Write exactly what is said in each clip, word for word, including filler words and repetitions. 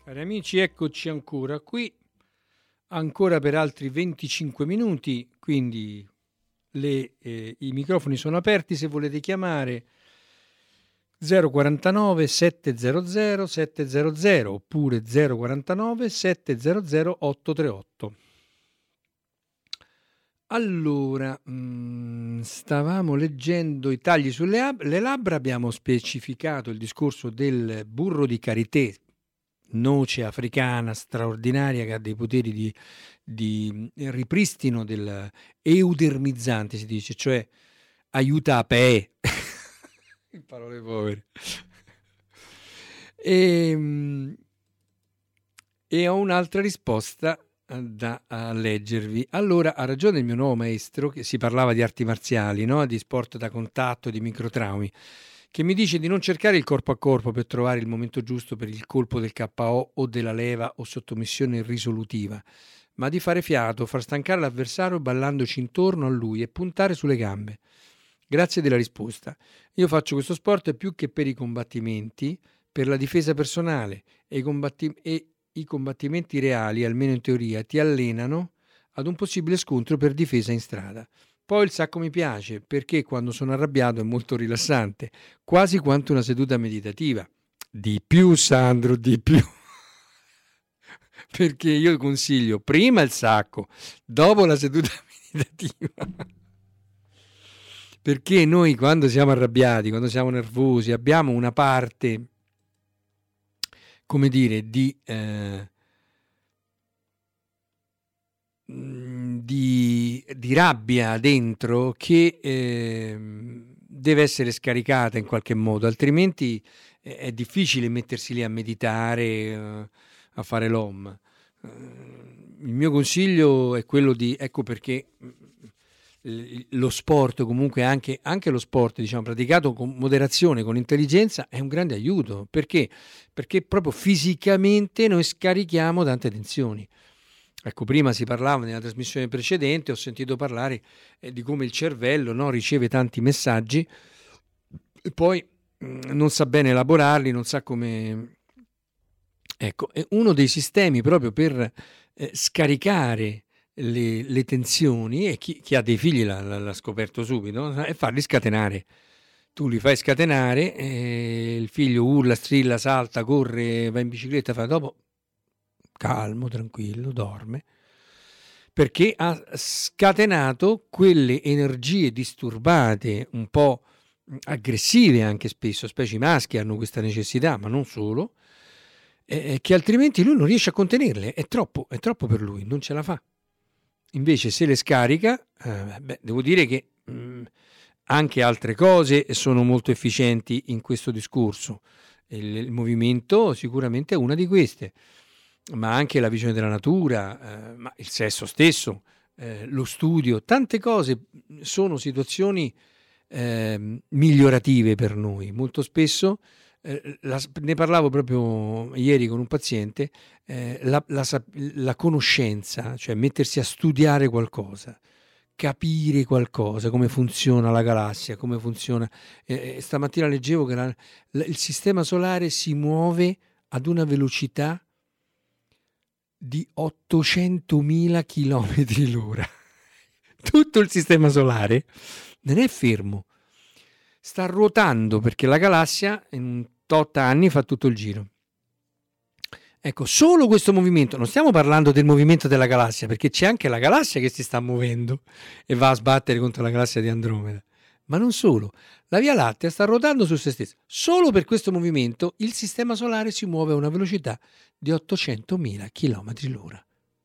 Cari amici, eccoci ancora qui, ancora per altri venticinque minuti, quindi le, eh, i microfoni sono aperti se volete chiamare zero quarantanove settecento settecento oppure zero quarantanove settecento ottocentotrentotto. Allora, mh, stavamo leggendo i tagli sulle ab- le labbra, abbiamo specificato il discorso del burro di karité, noce africana straordinaria che ha dei poteri di, di ripristino del eudermizzante, si dice, cioè aiuta a pe. In parole povere. E, e ho un'altra risposta da a leggervi. Allora, ha ragione il mio nuovo maestro, che si parlava di arti marziali, no? Di sport da contatto, di microtraumi, che mi dice di non cercare il corpo a corpo per trovare il momento giusto per il colpo del K O o della leva o sottomissione risolutiva, ma di fare fiato, far stancare l'avversario ballandoci intorno a lui e puntare sulle gambe. Grazie della risposta. Io faccio questo sport più che per i combattimenti, per la difesa personale, e i, combatti- e i combattimenti reali, almeno in teoria, ti allenano ad un possibile scontro per difesa in strada. Poi il sacco mi piace perché quando sono arrabbiato è molto rilassante, quasi quanto una seduta meditativa. Di più, Sandro, di più. Perché io consiglio prima il sacco, dopo la seduta meditativa. Perché noi quando siamo arrabbiati, quando siamo nervosi, abbiamo una parte, come dire, di, eh, di, di rabbia dentro che eh, deve essere scaricata in qualche modo, altrimenti è difficile mettersi lì a meditare, eh, a fare l'Om. Eh, il mio consiglio è quello di, ecco perché lo sport, comunque anche, anche lo sport, diciamo, praticato con moderazione, con intelligenza, è un grande aiuto. Perché? Perché proprio fisicamente noi scarichiamo tante tensioni. Ecco, prima si parlava nella trasmissione precedente, ho sentito parlare eh, di come il cervello, no, riceve tanti messaggi e poi mh, non sa bene elaborarli, non sa come... Ecco, è uno dei sistemi proprio per eh, scaricare le, le tensioni, e chi, chi ha dei figli l'ha, l'ha scoperto subito, è farli scatenare. Tu li fai scatenare, e il figlio urla, strilla, salta, corre, va in bicicletta, fa dopo calmo, tranquillo, dorme, perché ha scatenato quelle energie disturbate, un po' aggressive anche spesso, specie i maschi hanno questa necessità, ma non solo, eh, che altrimenti lui non riesce a contenerle, è troppo, è troppo per lui, non ce la fa. Invece se le scarica, eh, beh, devo dire che mh, anche altre cose sono molto efficienti in questo discorso. Il, il movimento sicuramente è una di queste, ma anche la visione della natura, eh, ma il sesso stesso, eh, lo studio, tante cose sono situazioni eh, migliorative per noi. Molto spesso, eh, la, ne parlavo proprio ieri con un paziente, eh, la, la, la conoscenza, cioè mettersi a studiare qualcosa, capire qualcosa, come funziona la galassia, come funziona... Eh, stamattina leggevo che la, la, il sistema solare si muove ad una velocità di ottocentomila chilometri l'ora. Tutto il sistema solare non è fermo, sta ruotando perché la galassia in tot anni fa tutto il giro. Ecco, solo questo movimento, non stiamo parlando del movimento della galassia, perché c'è anche la galassia che si sta muovendo e va a sbattere contro la galassia di Andromeda. Ma non solo, la Via Lattea sta ruotando su se stessa. Solo per questo movimento il sistema solare si muove a una velocità di ottocentomila chilometri l'ora.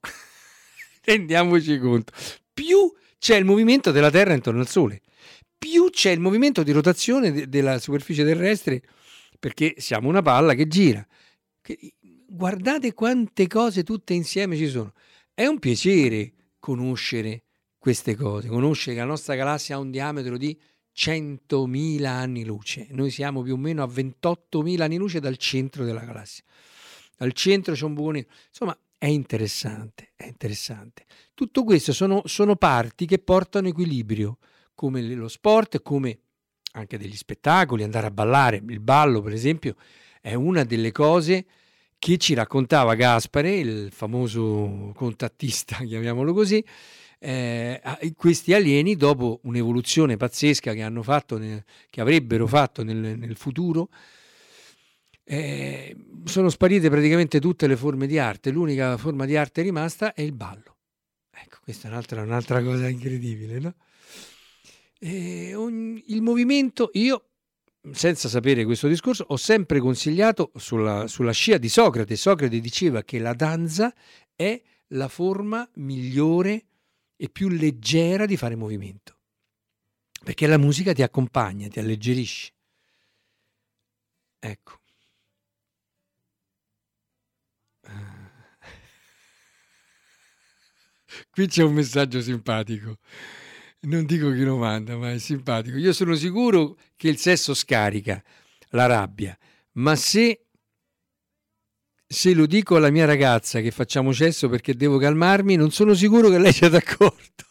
Rendiamoci conto. Più c'è il movimento della Terra intorno al Sole, più c'è il movimento di rotazione de- della superficie terrestre, perché siamo una palla che gira. Che, guardate quante cose tutte insieme ci sono. È un piacere conoscere queste cose, conoscere che la nostra galassia ha un diametro di centomila anni luce. Noi siamo più o meno a ventottomila anni luce dal centro della galassia. Al centro c'è un buco nero. Insomma, è interessante, è interessante. Tutto questo sono, sono parti che portano equilibrio, come lo sport, come anche degli spettacoli, andare a ballare. Il ballo, per esempio, è una delle cose che ci raccontava Gaspare, il famoso contattista, chiamiamolo così, eh, questi alieni, dopo un'evoluzione pazzesca che hanno fatto, nel, che avrebbero fatto nel, nel futuro, eh, sono sparite praticamente tutte le forme di arte. L'unica forma di arte rimasta è il ballo. Ecco, questa è un'altra, un'altra cosa incredibile, no? E ogni, il movimento, io, senza sapere questo discorso, ho sempre consigliato sulla, sulla scia di Socrate. Socrate diceva che la danza è la forma migliore e più leggera di fare movimento, perché la musica ti accompagna, ti alleggerisce. Ecco. Qui c'è un messaggio simpatico. Non dico chi lo manda, ma è simpatico. Io sono sicuro che il sesso scarica la rabbia, ma se, se lo dico alla mia ragazza che facciamo cesso perché devo calmarmi, non sono sicuro che lei sia d'accordo.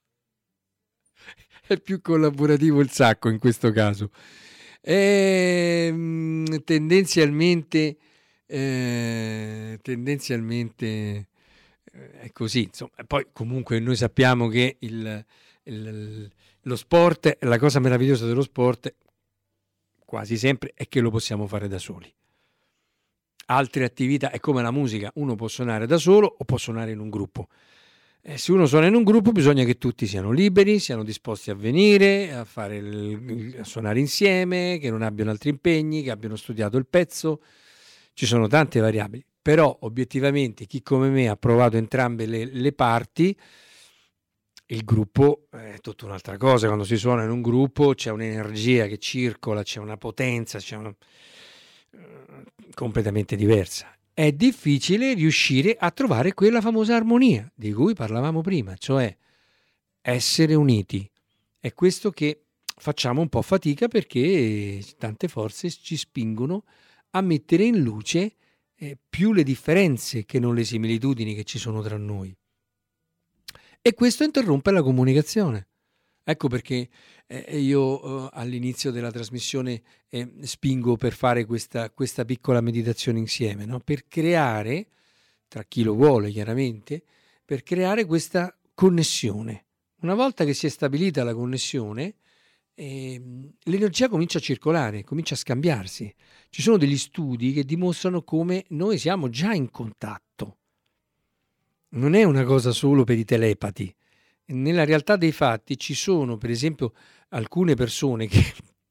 È più collaborativo il sacco in questo caso. E, tendenzialmente, eh, tendenzialmente è così, insomma. Poi comunque noi sappiamo che il, il, lo sport, la cosa meravigliosa dello sport quasi sempre è che lo possiamo fare da soli. Altre attività è come la musica, uno può suonare da solo o può suonare in un gruppo. E se uno suona in un gruppo bisogna che tutti siano liberi, siano disposti a venire, a, fare il, a suonare insieme, che non abbiano altri impegni, che abbiano studiato il pezzo. Ci sono tante variabili. Però obiettivamente chi come me ha provato entrambe le, le parti, il gruppo è tutta un'altra cosa. Quando si suona in un gruppo c'è un'energia che circola, c'è una potenza, c'è una uh, completamente diversa. È difficile riuscire a trovare quella famosa armonia di cui parlavamo prima, cioè essere uniti. È questo che facciamo un po' fatica, perché tante forze ci spingono a mettere in luce Eh, più le differenze che non le similitudini che ci sono tra noi, e questo interrompe la comunicazione. Ecco perché eh, io eh, all'inizio della trasmissione eh, spingo per fare questa, questa piccola meditazione insieme, no? Per creare, tra chi lo vuole chiaramente, per creare questa connessione. Una volta che si è stabilita la connessione, eh, l'energia comincia a circolare, comincia a scambiarsi. Ci sono degli studi che dimostrano come noi siamo già in contatto. Non è una cosa solo per i telepati. Nella realtà dei fatti ci sono, per esempio, alcune persone che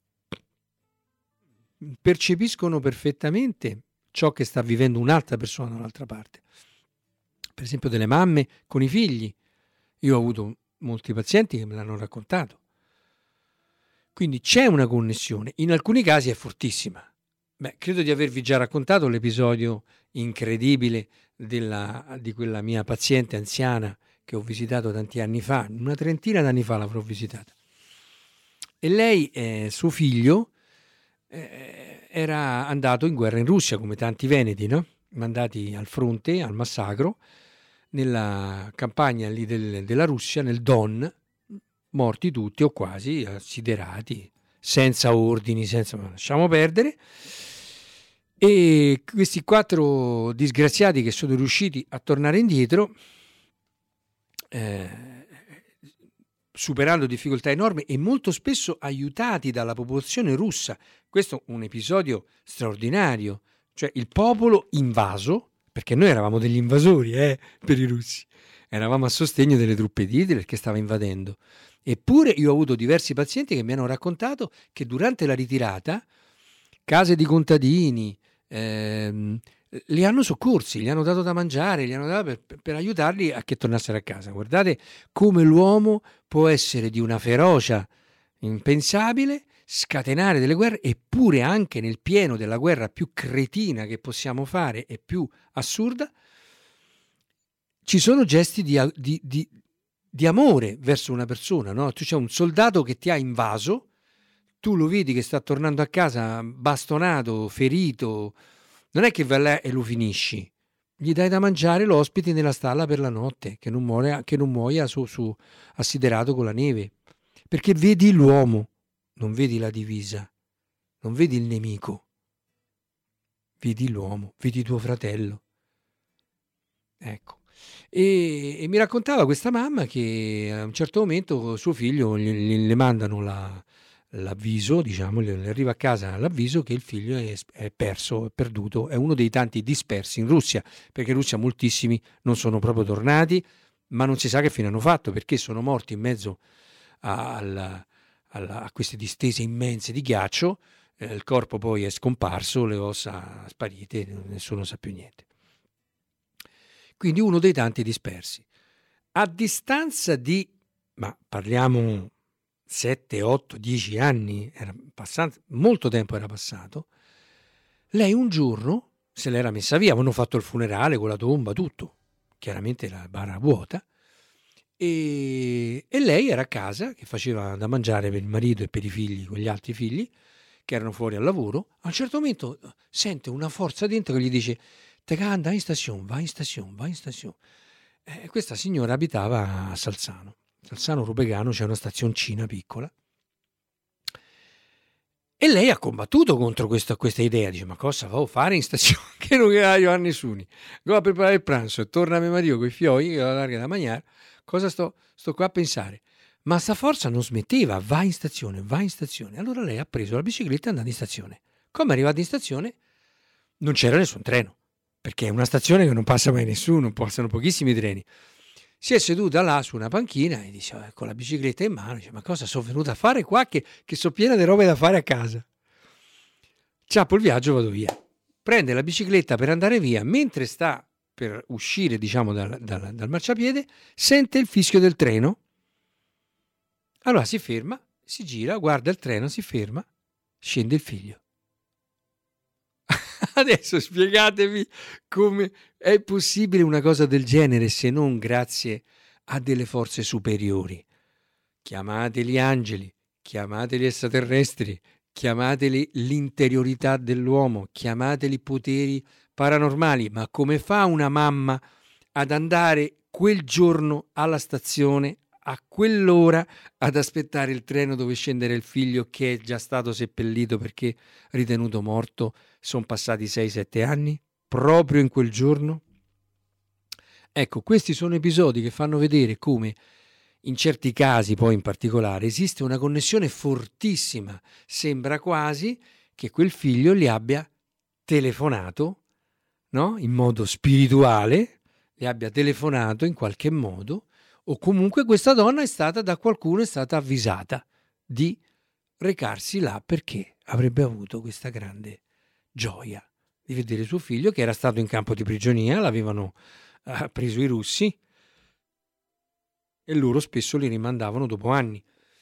percepiscono perfettamente ciò che sta vivendo un'altra persona dall'altra parte. Per esempio delle mamme con i figli. Io ho avuto molti pazienti che me l'hanno raccontato. Quindi c'è una connessione, in alcuni casi è fortissima. Beh, credo di avervi già raccontato l'episodio incredibile della, di quella mia paziente anziana che ho visitato tanti anni fa, una trentina d'anni fa l'avrò visitata. E lei, eh, suo figlio, eh, era andato in guerra in Russia, come tanti veneti, no? Mandati al fronte, al massacro, nella campagna lì del, della Russia, nel Don, morti tutti o quasi, assiderati, senza ordini, senza... ma lasciamo perdere. E questi quattro disgraziati che sono riusciti a tornare indietro, eh, superando difficoltà enormi e molto spesso aiutati dalla popolazione russa. Questo è un episodio straordinario, cioè il popolo invaso, perché noi eravamo degli invasori eh, per i russi, eravamo a sostegno delle truppe di Hitler che stava invadendo. Eppure io ho avuto diversi pazienti che mi hanno raccontato che durante la ritirata case di contadini ehm, li hanno soccorsi, gli hanno dato da mangiare, gli hanno dato per, per aiutarli a che tornassero a casa. Guardate come l'uomo può essere di una ferocia impensabile, scatenare delle guerre, eppure anche nel pieno della guerra più cretina che possiamo fare e più assurda ci sono gesti di, di, di di amore verso una persona, no? Tu c'è un soldato che ti ha invaso, tu lo vedi che sta tornando a casa bastonato, ferito, non è che vai là e lo finisci, gli dai da mangiare, lo ospiti nella stalla per la notte, che non muore, che non muoia su, su assiderato con la neve, perché vedi l'uomo, non vedi la divisa, non vedi il nemico, vidi l'uomo, vidi tuo fratello. Ecco. E, e mi raccontava questa mamma che a un certo momento suo figlio gli, gli- le mandano la- l'avviso, diciamo, le, le arriva a casa l'avviso che il figlio è, è perso, è perduto, è uno dei tanti dispersi in Russia, perché in Russia moltissimi non sono proprio tornati, ma non si sa che fine hanno fatto, perché sono morti in mezzo a, alla- alla- a queste distese immense di ghiaccio, eh, il corpo poi è scomparso, le ossa sparite, nessuno sa più niente. Quindi uno dei tanti dispersi. A distanza di, ma parliamo sette, otto, dieci anni, era passato, molto tempo era passato, lei un giorno se l'era messa via, avevano fatto il funerale con la tomba, tutto, chiaramente la bara vuota, e, e lei era a casa che faceva da mangiare per il marito e per i figli, con gli altri figli, che erano fuori al lavoro. A un certo momento sente una forza dentro che gli dice: te canta, vai in stazione, vai in stazione, vai in stazione. Eh, questa signora abitava a Salzano. Salzano Rupegano c'è una stazioncina piccola. E lei ha combattuto contro questa, questa idea. Dice: ma cosa devo fare in stazione? Che non ho a nessuno. Go a preparare il pranzo e torna a mio marito con i fioi che la larga da mangiare. Cosa sto, sto qua a pensare? Ma sta forza non smetteva. Va in stazione, va in stazione. Allora lei ha preso la bicicletta e è andata in stazione. Come è arrivata in stazione? Non c'era nessun treno, perché è una stazione che non passa mai nessuno, passano pochissimi treni. Si è seduta là su una panchina e dice, oh, con la bicicletta in mano, dice: ma cosa sono venuta a fare qua che, che sono piena di robe da fare a casa? Ciappo il viaggio, vado via. Prende la bicicletta per andare via, mentre sta per uscire, diciamo, dal, dal, dal marciapiede, sente il fischio del treno. Allora si ferma, si gira, guarda il treno, si ferma, scende il figlio. Adesso spiegatevi come è possibile una cosa del genere se non grazie a delle forze superiori. Chiamateli angeli, chiamateli extraterrestri, chiamateli l'interiorità dell'uomo, chiamateli poteri paranormali, ma come fa una mamma ad andare quel giorno alla stazione a quell'ora ad aspettare il treno dove scendere il figlio che è già stato seppellito perché ritenuto morto? Sono passati sei sette anni proprio in quel giorno. Ecco, questi sono episodi che fanno vedere come in certi casi, poi in particolare, esiste una connessione fortissima. Sembra quasi che quel figlio gli abbia telefonato, no? In modo spirituale, gli abbia telefonato in qualche modo, o comunque questa donna è stata da qualcuno è stata avvisata di recarsi là perché avrebbe avuto questa grande gioia di vedere suo figlio che era stato in campo di prigionia, l'avevano eh, preso i russi e loro spesso li rimandavano dopo anni.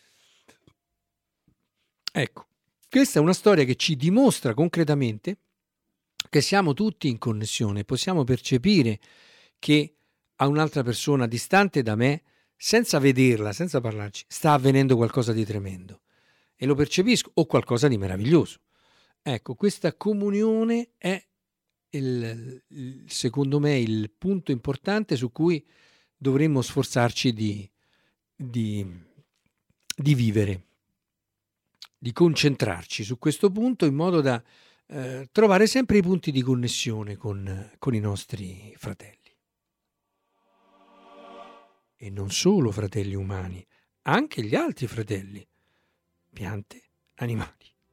Ecco, questa è una storia che ci dimostra concretamente che siamo tutti in connessione, possiamo percepire che a un'altra persona distante da me, senza vederla, senza parlarci, sta avvenendo qualcosa di tremendo e lo percepisco, o qualcosa di meraviglioso. Ecco, questa comunione è il, il, secondo me il punto importante su cui dovremmo sforzarci di, di, di vivere, di concentrarci su questo punto in modo da eh, trovare sempre i punti di connessione con, con i nostri fratelli. E non solo fratelli umani, anche gli altri fratelli, piante, animali.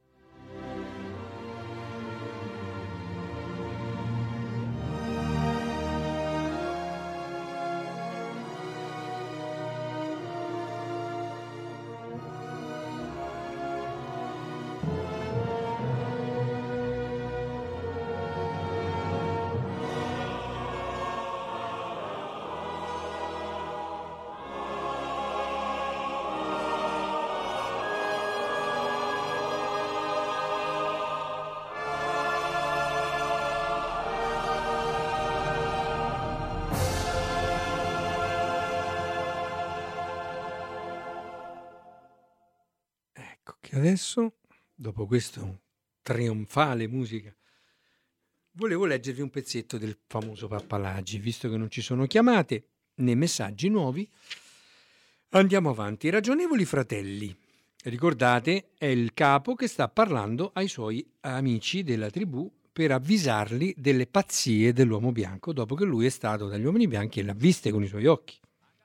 Che adesso, dopo questa trionfale musica, volevo leggervi un pezzetto del famoso Pappalagi, visto che non ci sono chiamate né messaggi nuovi. Andiamo avanti. Ragionevoli fratelli, ricordate, è il capo che sta parlando ai suoi amici della tribù per avvisarli delle pazzie dell'uomo bianco, dopo che lui è stato dagli uomini bianchi e l'ha viste con i suoi occhi.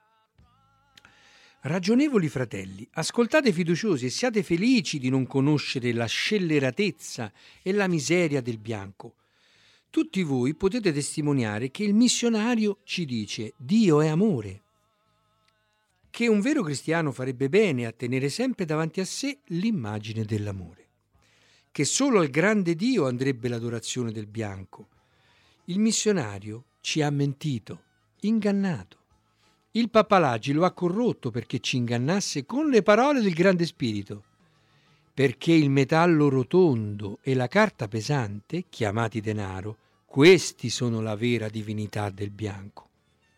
Ragionevoli fratelli, ascoltate fiduciosi e siate felici di non conoscere la scelleratezza e la miseria del bianco. Tutti voi potete testimoniare che il missionario ci dice: Dio è amore, che un vero cristiano farebbe bene a tenere sempre davanti a sé l'immagine dell'amore, che solo al grande Dio andrebbe l'adorazione del bianco. Il missionario ci ha mentito, ingannato. Il Pappalagi lo ha corrotto perché ci ingannasse con le parole del grande spirito, perché il metallo rotondo e la carta pesante, chiamati denaro, questi sono la vera divinità del bianco.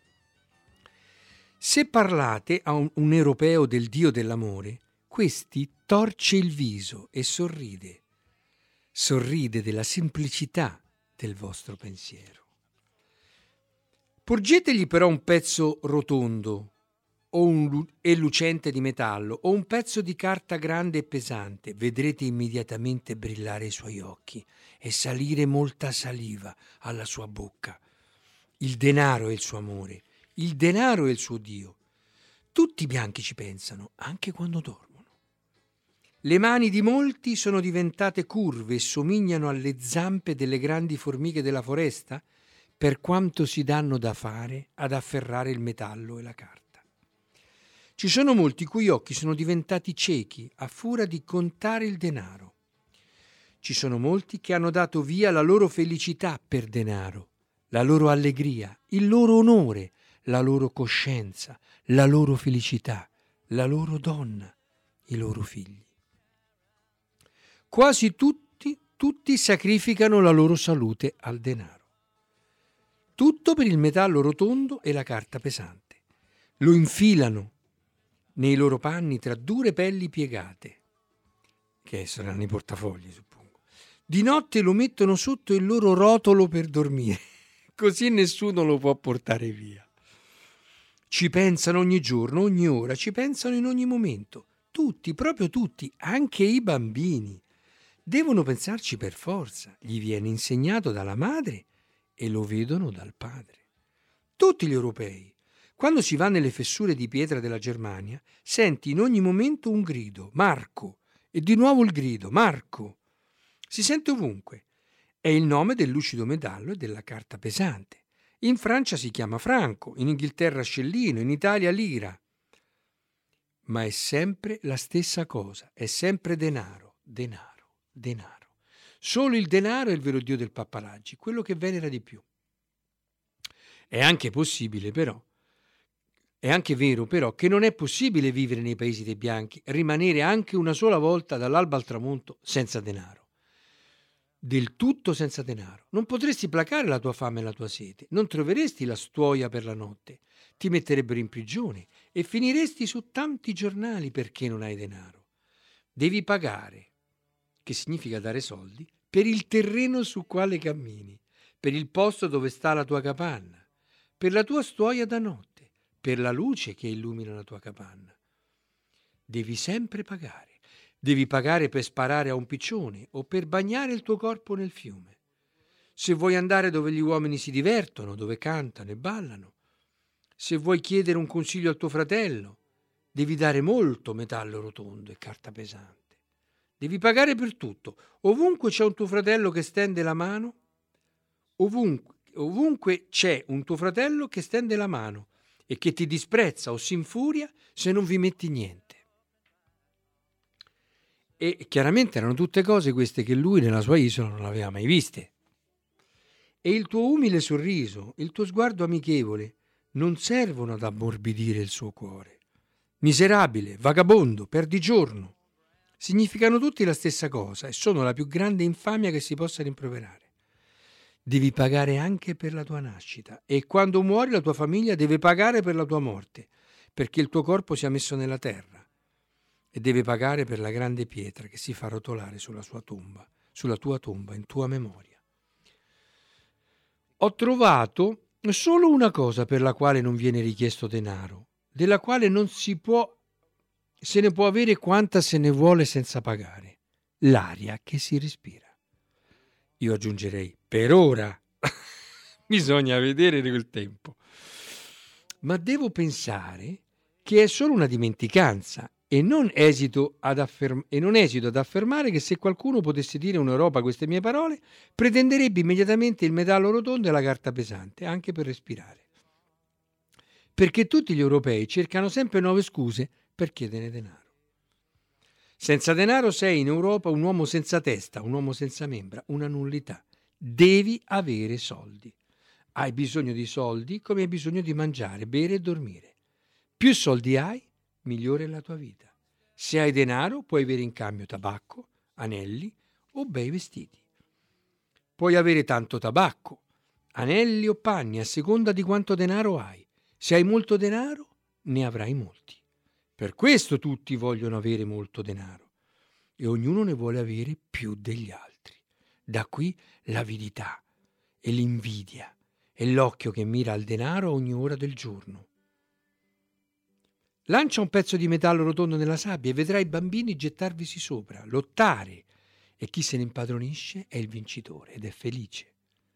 Se parlate a un, un europeo del Dio dell'amore, questi torce il viso e sorride, sorride della semplicità del vostro pensiero. Porgetegli però un pezzo rotondo o un, e lucente di metallo o un pezzo di carta grande e pesante, vedrete immediatamente brillare i suoi occhi e salire molta saliva alla sua bocca. Il denaro è il suo amore, il denaro è il suo Dio. Tutti i bianchi ci pensano, anche quando dormono. Le mani di molti sono diventate curve e somigliano alle zampe delle grandi formiche della foresta, per quanto si danno da fare ad afferrare il metallo e la carta. Ci sono molti i cui occhi sono diventati ciechi a furia di contare il denaro. Ci sono molti che hanno dato via la loro felicità per denaro, la loro allegria, il loro onore, la loro coscienza, la loro felicità, la loro donna, i loro figli. Quasi tutti, tutti sacrificano la loro salute al denaro. Tutto per il metallo rotondo e la carta pesante. Lo infilano nei loro panni tra dure pelli piegate, che saranno i portafogli, suppongo. Di notte lo mettono sotto il loro rotolo per dormire, così nessuno lo può portare via. Ci pensano ogni giorno, ogni ora, ci pensano in ogni momento. Tutti, proprio tutti, anche i bambini. Devono pensarci per forza. Gli viene insegnato dalla madre e lo vedono dal padre. Tutti gli europei. Quando si va nelle fessure di pietra della Germania, senti in ogni momento un grido, Marco, e di nuovo il grido, Marco. Si sente ovunque. È il nome del lucido metallo e della carta pesante. In Francia si chiama franco, in Inghilterra scellino, in Italia lira. Ma è sempre la stessa cosa, è sempre denaro, denaro, denaro. Solo il denaro è il vero Dio del Pappalagi, quello che venera di più. È anche possibile però, è anche vero però che non è possibile vivere nei paesi dei bianchi, rimanere anche una sola volta dall'alba al tramonto senza denaro. Del tutto senza denaro. Non potresti placare la tua fame e la tua sete, non troveresti la stuoia per la notte, ti metterebbero in prigione e finiresti su tanti giornali perché non hai denaro. Devi pagare, che significa dare soldi, per il terreno su quale cammini, per il posto dove sta la tua capanna, per la tua stuoia da notte, per la luce che illumina la tua capanna. Devi sempre pagare. Devi pagare per sparare a un piccione o per bagnare il tuo corpo nel fiume. Se vuoi andare dove gli uomini si divertono, dove cantano e ballano, se vuoi chiedere un consiglio al tuo fratello, devi dare molto metallo rotondo e carta pesante. Devi pagare per tutto. Ovunque c'è un tuo fratello che stende la mano, ovunque, ovunque c'è un tuo fratello che stende la mano e che ti disprezza o si infuria se non vi metti niente. E chiaramente erano tutte cose queste che lui nella sua isola non aveva mai viste. E il tuo umile sorriso, il tuo sguardo amichevole non servono ad ammorbidire il suo cuore. Miserabile, vagabondo, perdigiorno. Significano tutti la stessa cosa e sono la più grande infamia che si possa rimproverare. Devi pagare anche per la tua nascita e quando muori la tua famiglia deve pagare per la tua morte, perché il tuo corpo sia messo nella terra e deve pagare per la grande pietra che si fa rotolare sulla sua tomba, sulla tua tomba, in tua memoria. Ho trovato solo una cosa per la quale non viene richiesto denaro, della quale non si può se ne può avere quanta se ne vuole senza pagare, l'aria che si respira. Io aggiungerei per ora. Bisogna vedere quel tempo. Ma devo pensare che è solo una dimenticanza e non esito ad, afferm- e non esito ad affermare che se qualcuno potesse dire in Europa queste mie parole, pretenderebbe immediatamente il metallo rotondo e la carta pesante, anche per respirare. Perché tutti gli europei cercano sempre nuove scuse per chiedere denaro. Senza denaro sei in Europa un uomo senza testa, un uomo senza membra, una nullità. Devi avere soldi. Hai bisogno di soldi come hai bisogno di mangiare, bere e dormire. Più soldi hai, migliore è la tua vita. Se hai denaro, puoi avere in cambio tabacco, anelli o bei vestiti. Puoi avere tanto tabacco, anelli o panni a seconda di quanto denaro hai. Se hai molto denaro, ne avrai molti. Per questo tutti vogliono avere molto denaro e ognuno ne vuole avere più degli altri. Da qui l'avidità e l'invidia e l'occhio che mira al denaro a ogni ora del giorno. Lancia un pezzo di metallo rotondo nella sabbia e vedrai i bambini gettarvisi sopra, lottare, e chi se ne impadronisce è il vincitore ed è felice.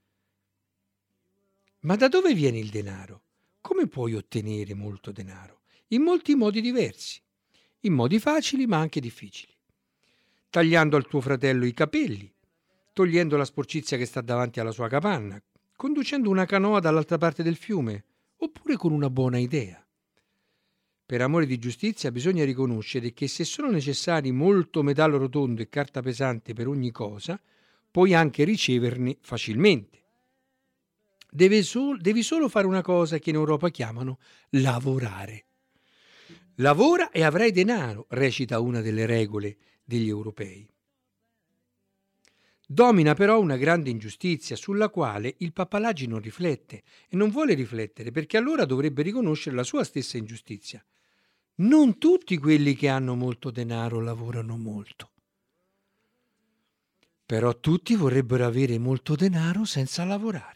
Ma da dove viene il denaro? Come puoi ottenere molto denaro? In molti modi diversi, in modi facili ma anche difficili. Tagliando al tuo fratello i capelli, togliendo la sporcizia che sta davanti alla sua capanna, conducendo una canoa dall'altra parte del fiume, oppure con una buona idea. Per amore di giustizia bisogna riconoscere che se sono necessari molto metallo rotondo e carta pesante per ogni cosa, puoi anche riceverne facilmente. Devi, sol- devi solo fare una cosa che in Europa chiamano lavorare. Lavora e avrai denaro, recita una delle regole degli europei. Domina però una grande ingiustizia sulla quale il Papalagi non riflette e non vuole riflettere perché allora dovrebbe riconoscere la sua stessa ingiustizia. Non tutti quelli che hanno molto denaro lavorano molto. Però tutti vorrebbero avere molto denaro senza lavorare.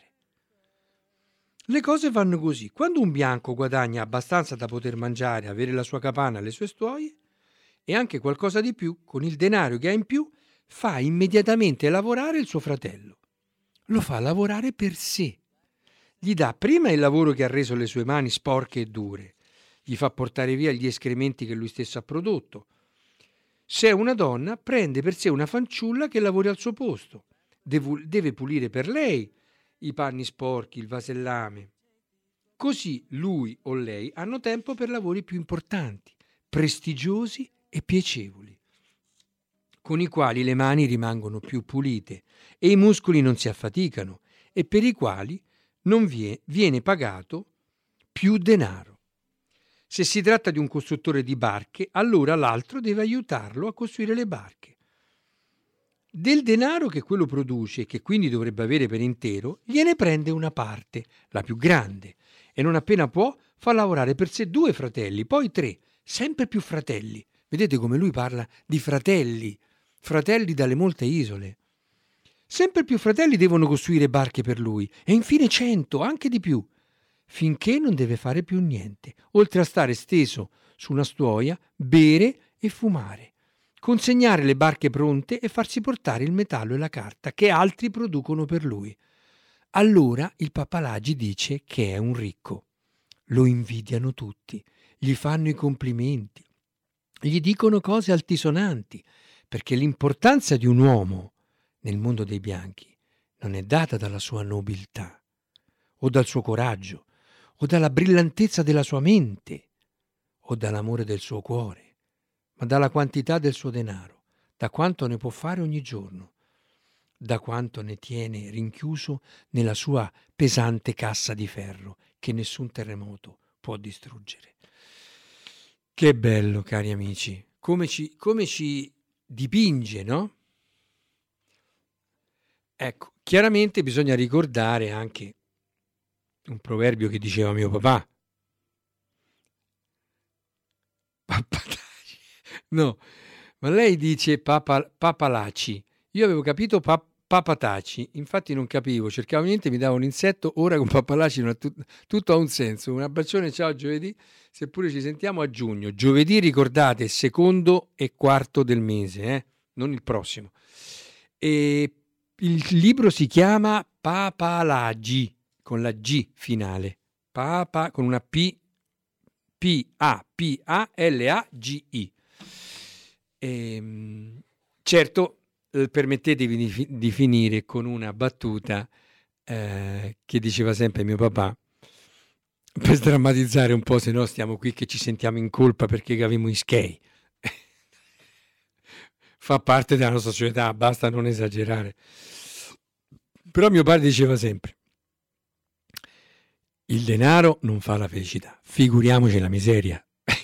Le cose vanno così. Quando un bianco guadagna abbastanza da poter mangiare, avere la sua capanna e le sue stuoie, e anche qualcosa di più, con il denaro che ha in più, fa immediatamente lavorare il suo fratello. Lo fa lavorare per sé. Gli dà prima il lavoro che ha reso le sue mani sporche e dure. Gli fa portare via gli escrementi che lui stesso ha prodotto. Se è una donna, prende per sé una fanciulla che lavori al suo posto. Devo- deve pulire per lei i panni sporchi, il vasellame. Così lui o lei hanno tempo per lavori più importanti, prestigiosi e piacevoli, con i quali le mani rimangono più pulite e i muscoli non si affaticano e per i quali non vie- viene pagato più denaro. Se si tratta di un costruttore di barche, allora l'altro deve aiutarlo a costruire le barche. Del denaro che quello produce e che quindi dovrebbe avere per intero, gliene prende una parte, la più grande, e non appena può fa lavorare per sé due fratelli, poi tre, sempre più fratelli. Vedete come lui parla di fratelli, fratelli dalle molte isole. Sempre più fratelli devono costruire barche per lui, e infine cento, anche di più, finché non deve fare più niente, oltre a stare steso su una stuoia, bere e fumare, consegnare le barche pronte e farsi portare il metallo e la carta che altri producono per lui. Allora il Papalagi dice che è un ricco. Lo invidiano tutti, gli fanno i complimenti, gli dicono cose altisonanti, perché l'importanza di un uomo nel mondo dei bianchi non è data dalla sua nobiltà o dal suo coraggio o dalla brillantezza della sua mente o dall'amore del suo cuore, ma dalla quantità del suo denaro, da quanto ne può fare ogni giorno, da quanto ne tiene rinchiuso nella sua pesante cassa di ferro che nessun terremoto può distruggere. Che bello, cari amici, come ci, come ci dipinge, no? Ecco, chiaramente bisogna ricordare anche un proverbio che diceva mio papà. Papataci. No, ma lei dice papa, papalaci. Io avevo capito pap, papataci, infatti non capivo, cercavo niente, mi dava un insetto, ora con papalaci non ha tut, tutto ha un senso. Un abbraccione, ciao giovedì, seppure ci sentiamo a giugno. Giovedì ricordate, secondo e quarto del mese, eh? Non il prossimo. E Il libro si chiama Papalagi, con la G finale. Papa con una P, P A P A L A G I. E, certo, eh, permettetevi di, di finire con una battuta eh, che diceva sempre mio papà, per sdrammatizzare un po', se no stiamo qui che ci sentiamo in colpa perché caviamo in skei. Fa parte della nostra società, basta non esagerare. Però mio padre diceva sempre: il denaro non fa la felicità, figuriamoci la miseria.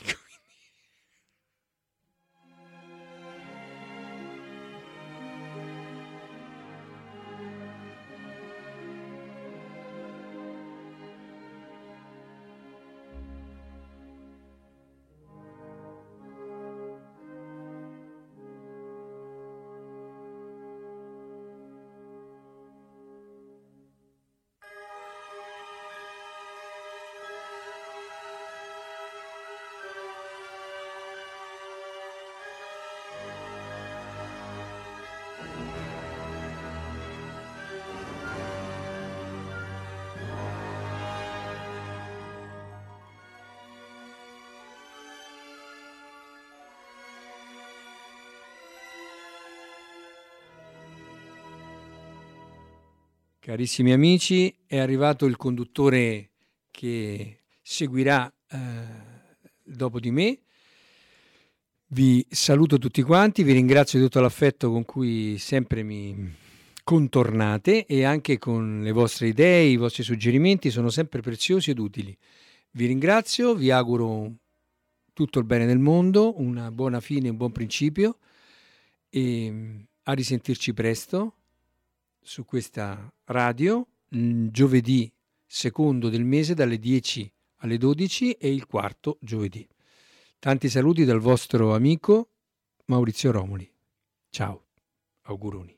Carissimi amici, è arrivato il conduttore che seguirà eh, dopo di me. Vi saluto tutti quanti, vi ringrazio di tutto l'affetto con cui sempre mi contornate e anche con le vostre idee, i vostri suggerimenti sono sempre preziosi ed utili. Vi ringrazio, vi auguro tutto il bene del mondo, una buona fine, un buon principio e a risentirci presto su questa radio, giovedì secondo del mese dalle dieci alle dodici e il quarto giovedì. Tanti saluti dal vostro amico Maurizio Romoli. Ciao, auguroni.